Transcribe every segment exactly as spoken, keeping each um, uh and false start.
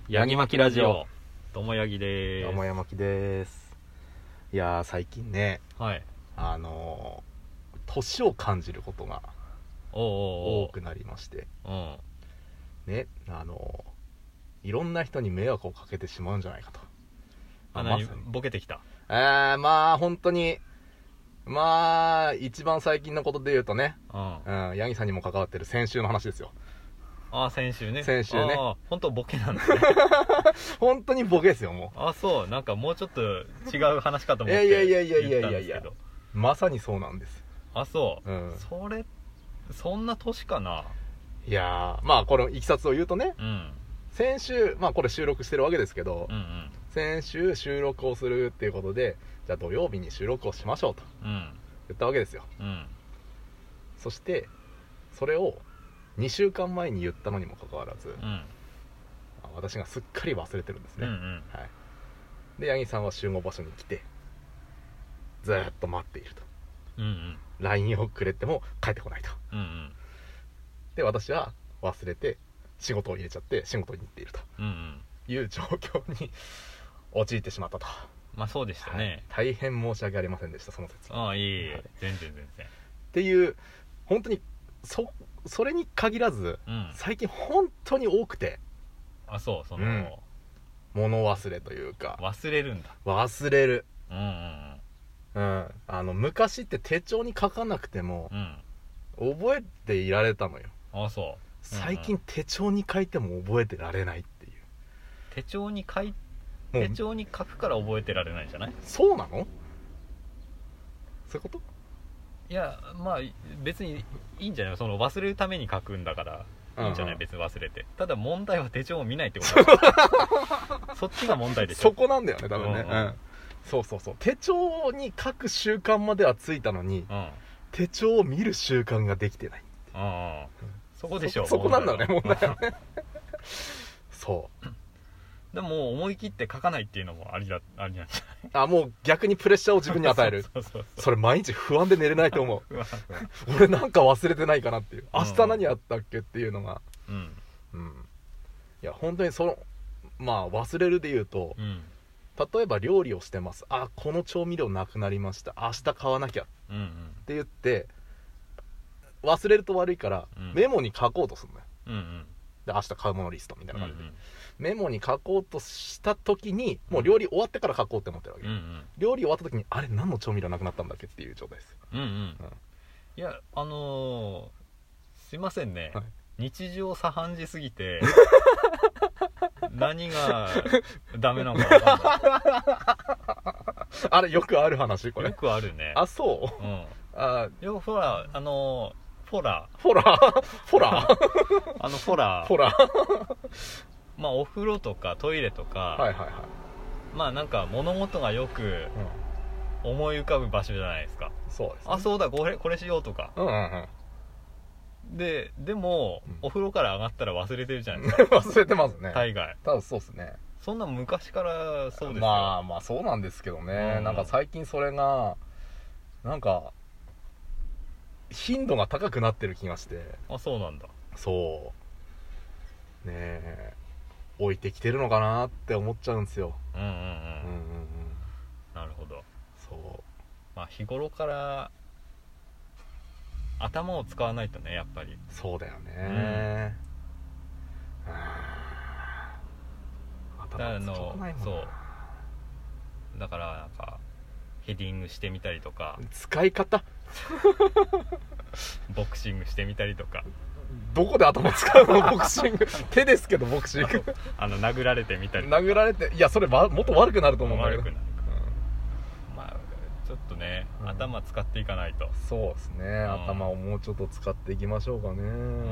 ヤギマキラジオ、ともやぎでーす。 山山木です。いやー最近ね、 はい。 あのー、年を感じることがおうおうおう多くなりまして、 うん。 ね、あのー、いろんな人に迷惑をかけてしまうんじゃないかと。 あ、 ま何、 さにボケてきた。 えー、まあ本当にまあ一番最近のことで言うとね、 うん。 うん、ヤギさんにも関わってる先週の話ですよ。 あ、先週ね。 先週ね。 あ、本当ボケなんだね。 本当にボケですよ、もあ、そう。なんかもうちょっと違う話かと思っていやいやいやいやいやいや言ったんですけど。 うまさにそうなんです。 あ、そう。 うん、 それ、そんな年かな。 いやーまあこのいきさつを言うとね、 うん。 先週まあこれ収録してるわけですけど、 うんうん。 先週収録をするっていうことで、じゃあ土曜日に収録をしましょうとうん。 言ったわけですよ。 うん。 そしてそれをにしゅうかんまえに言ったのにもかかわらず、 うん。 私がすっかり忘れてるんですね。 うんうん。 はい、で八木さんは集合場所に来てずーっと待っていると。 うんうん。 ライン をくれても帰ってこないと。 うんうん。 で私は忘れて仕事を入れちゃって仕事に行っているとうんうん。 いう状況に陥ってしまったと。 まあそうでしたね。 はい、大変申し訳ありませんでした、その説。 ああ、いえいえ、 はい、 全然全然。 っていう本当にそそれに限らず、 うん。 最近本当に多くて、 あ、そう、その、 うん物忘れというか忘れるんだ。 忘れる。 うんうんうん、あの昔って手帳に書かなくてもうん。 覚えていられたのよ。 うん。あ、そう。 最近うんうん、 手帳に書いても覚えてられないっていう。 手帳に書いもう手帳に書くから覚えてられないんじゃない？ そうなの？そういうこと？ いや、まあ別にいいんじゃない？その忘れるために書くんだからいいんじゃない？ うんうん、 別に忘れて。ただ問題は手帳を見ないってことだ。そっちが問題でしょ。 そこなんだよね、多分ね。 うんうんうん、そうそうそう。手帳に書く習慣まではついたのに、 うん。 手帳を見る習慣ができてない。 うんうん。そこでしょ。 そ, そこなんだよね、問題はね。そう。 でももう思い切って書かないっていうのもありだ、ありなんじゃあ、もう逆にプレッシャーを自分に与える。 そうそうそうそう。 それ毎日不安で寝れないと思う。 不安不安俺なんか忘れてないかなっていう。 うん明日何やったっけっていうのが。 うんうん。いや、本当にその、まあ忘れるで言うと、 うん例えば料理をしてます。あ、この調味料なくなりました。明日買わなきゃっうんうんて言って、忘れると悪いからうんメモに書こうとするのよ。 うんうんで、明日買うものリストみたいな感じで。 うんメモに書こうとした時に、もう料理終わってから書こうって思ってるわけ。 うんうん料理終わった時に、あれ何の調味料なくなったんだっけっていう状態です。 うんうんいや、あのー、すいませんね、 はい、 日常茶飯事すぎて何がダメなのか分かあれよくある話これ。 んない。よくあるね。 あ、そう。 うん。 あ、 よほら、あのー、フォラフォラーフォラーあのフォラフォラーまあお風呂とかトイレとか、 はいはいはい。 まあなんか物事がよくうん、 思い浮かぶ場所じゃないですか。 そうです、ね、 あ、そうだ、これこれしようとか。 うんうんうんででも、 うん、 お風呂から上がったら忘れてるじゃないですか。 忘れてますね。 大概。 多分そうですね。 そんな昔からそうですよ。 まあまあそうなんですけどね、 うん、 なんか最近それがなんか頻度が高くなってる気がして。 あ、そうなんだ。 そうねえ、置いてきてるのかなって思っちゃうんですよ。 うんうんうん、 うんうんうん、 なるほど。 そう、 まあ日頃から頭を使わないとね、やっぱり。 そうだよね、うん、 だからあの頭使わないもんな。 そうだからなんかヘディングしてみたりとか、 使い方ボクシングしてみたりとか、 どこで頭使うの？ボクシング手ですけど、ボクシングあの殴られてみたりとか。 殴られて、いやそれもっと悪くなると思うんだけど。 悪くなるか、うん、まあちょっとね、うん、頭使っていかないと。 そうですね、うん、頭をもうちょっと使っていきましょうかね。うんうんうん、うん、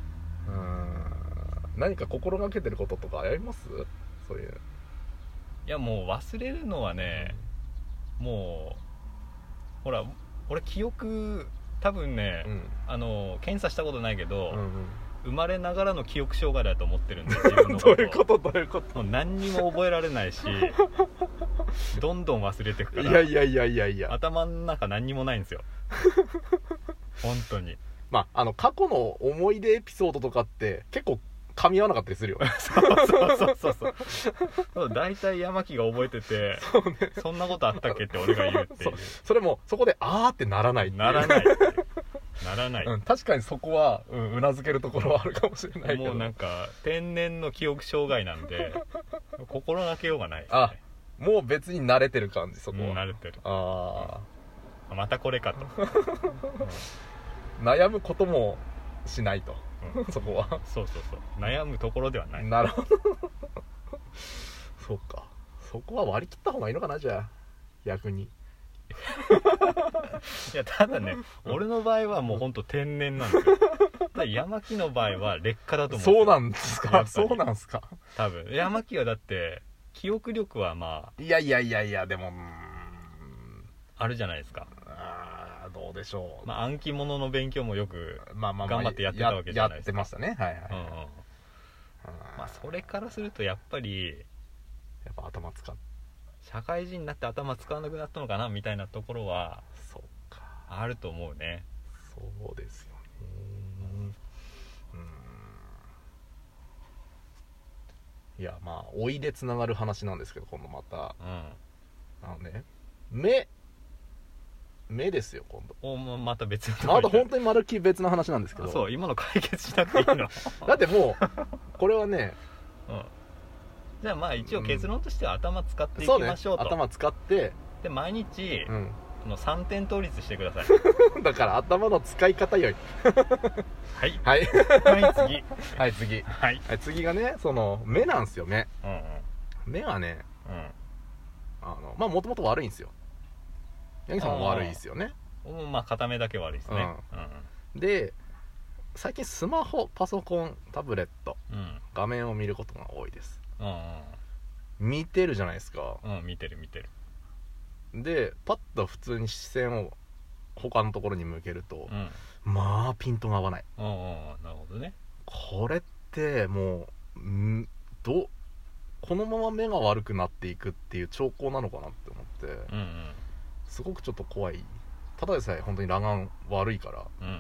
何か心がけてることとかあります？そういう。 いやもう忘れるのはね、うん、もうほら俺記憶多分ね、うん、あの検査したことないけど、うんうん、生まれながらの記憶障害だと思ってるんで、自分のことどういうことどういうこと。 もう何にも覚えられないしどんどん忘れてくから。 いやいやいやいやいや、 頭の中何にもないんですよ本当に。 まああの過去の思い出エピソードとかって結構噛み合わなかったりするよそうそうそうそうそう大体山木が覚えててそ,、ね、そんなことあったっけって俺が言うっていうそ, それもそこであーってならないっていうならないっていうならない、 うん、確かにそこは、うん、うなずけるところはあるかもしれないけどもうなんか天然の記憶障害なんで心がけようがないですね。 あもう別に慣れてる感じそこは。 もう慣れてる。 ああまたこれかと、 うん、悩むこともしないと、うん、そこはそうそうそう悩むところではない。 なるほどそうかそこは割り切った方がいいのかなじゃあ逆にいやただね、うん、俺の場合はもうほんと天然なんですよだ山木の場合は劣化だと思う。 そうなんですか。そうなんですか。 多分山木はだって記憶力はまあいやいやいやいやでもあるじゃないですか。 あどうでしょう。 まあ暗記物の勉強もよく頑張ってやってたわけじゃないですか。 やってましたね。はいはい、はい、うんうん、 まあそれからするとやっぱりやっぱ頭使って社会人になって頭使わなくなったのかなみたいなところはそうかあると思うね。 そうですよね。うん、いやまあおいでつながる話なんですけど今度また、うん、あのね目目ですよ今度。 おまた別のとこまた本当にまるっきり別の話なんですけど。 そう今の解決しなくていいのだってもうこれはね、 うん、じゃあまあ一応結論としては頭使っていきましょうと、 うん、そうね、頭使ってで毎日、うん、のさんてん倒立してくださいだから頭の使い方よいはいはい、 はい、次はい次、はい、次がねその目なんですよ目、うんうん、目はね、うん、あのまあもともと悪いんですよ。八木さんも悪いですよね。 まあ片目だけ悪いですね、うんうん、で最近スマホパソコンタブレット、うん、画面を見ることが多いです、うんうん、見てるじゃないですか、 うん、見てる見てる。 でパッと普通に視線を他のところに向けると、うん、まあピントが合わない、 うんうん、なるほどね。 これってもうんどこのまま目が悪くなっていくっていう兆候なのかなって思って、うんうん、すごくちょっと怖い。ただでさえ本当に裸眼悪いから、うんうん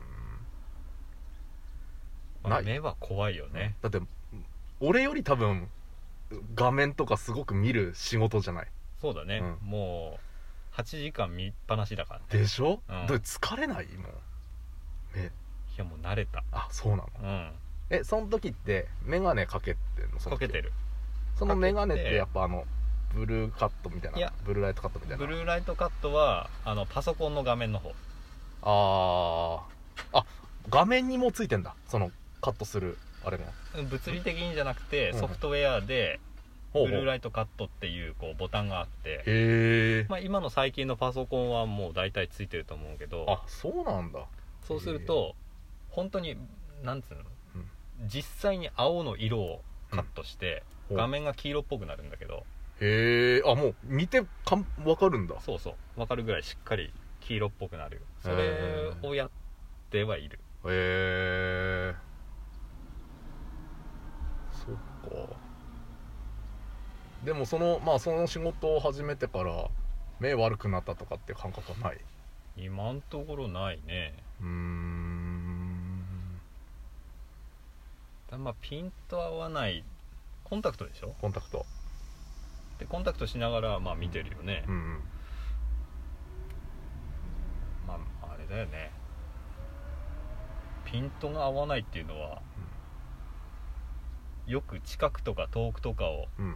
うん、まあ、目は怖いよね。 だって俺より多分画面とかすごく見る仕事じゃない。 そうだね、うん、もうはちじかん見っぱなしだからね。 でしょ、うん、だって疲れないもう目。いやもう慣れた。 あそうなの、うん、えその時ってメガネかけてんの？そのかけてる。 そのメガネってやっぱあのブルーカットみたいな、いやブルーライトカットみたいな。 ブルーライトカットはあのパソコンの画面の方。 ああ、あ画面にもついてんだそのカットするあれが。 物理的にじゃなくて、うん、ソフトウェアでブルーライトカットっていうこうボタンがあって、 へー、 まあ、今の最近のパソコンはもう大体ついてると思うけど。 あそうなんだ。 そうすると本当になんつうの、うん、実際に青の色をカットして、うん、画面が黄色っぽくなるんだけど。 へえ、あもう見てかん分かるんだ。 そうそう分かるぐらいしっかり黄色っぽくなる。それをやってはいる。 へえ、そっか。でもそのまあその仕事を始めてから目悪くなったとかって感覚はない？ 今んところないね。うーんだまあピント合わないコンタクトでしょ。 コンタクトでコンタクトしながらまあ見てるよね、うんうん、まああれだよね、ピントが合わないっていうのは、うん、よく近くとか遠くとかを、うんうん、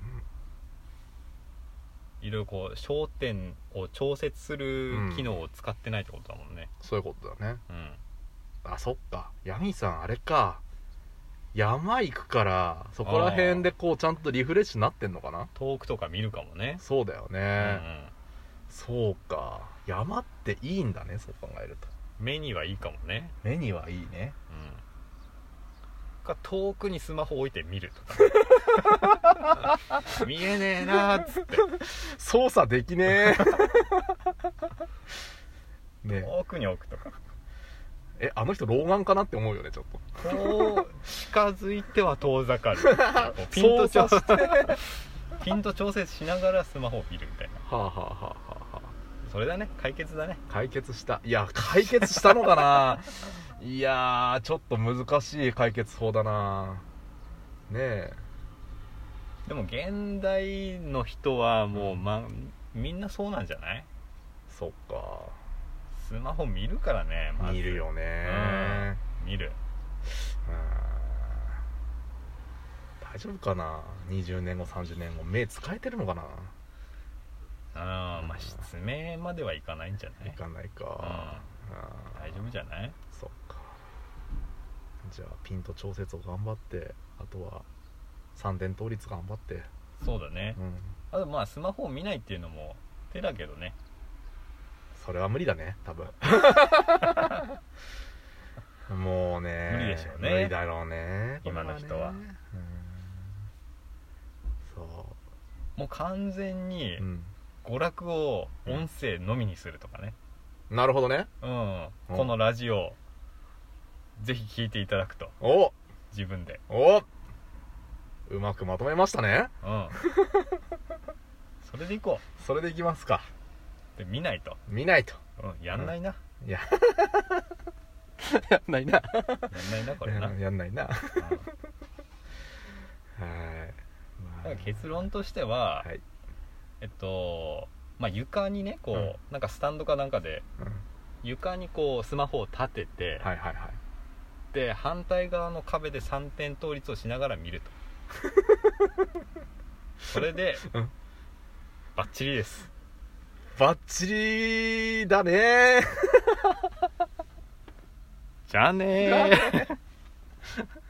いろいろこう焦点を調節する機能を使ってないってことだもんね、 うん、そういうことだね、うん、あそっかヤミさんあれか山行くからそこら辺でこうちゃんとリフレッシュなってんのかな。 遠くとか見るかもね。 そうだよね、うんうん、そうか山っていいんだねそう考えると。 目にはいいかもね。 目にはいいね、 うん、か遠くにスマホ置いて見るとか見えねえなーっつって操作できねえね遠くに置くとか。 えあの人老眼かなって思うよねちょっと。 こう近づいては遠ざかるピント調節ピント調節しながらスマホを見るみたいな。はあはあはあはあ。それだね解決だね。 解決した。いや解決したのかないやーちょっと難しい解決法だな。 えでも現代の人はもう、ま、みんなそうなんじゃない？ そっか、 スマホ見るからね、 まず見るよね、 うん、見る。 うん、大丈夫かな、にじゅうねんごさんじゅうねんご目使えてるのかな。 あ、まあ失明まではいかないんじゃない？ いかないか、 うん、大丈夫じゃない？ そっか、じゃあピント調節を頑張って、あとは三点倒立頑張って。 そうだね、 うん、 あとまあスマホを見ないっていうのも手だけどね。 それは無理だね多分もうね無理でしょうね、 無理だろうね今の人は、うん、そうもう完全に娯楽を音声のみにするとかね、 うん、なるほどね、 うん、このラジオぜひ聞いていただくと。 お自分でおうまくまとめましたね。 うんそれでいこう。それでいきますか。 で見ないと見ないと、 うん、やんないな、 うん、いややんないなやんないなこれなやんないな、うん、はい、 まあ、だから結論としては、はい、えっとまあ床にねこう、うん、なんかスタンドかなんかで、うん、床にこうスマホを立てて、 はいはいはい、 で反対側の壁で三点倒立をしながら見るとそれで、うん、バッチリです。 バッチリだねじゃあねー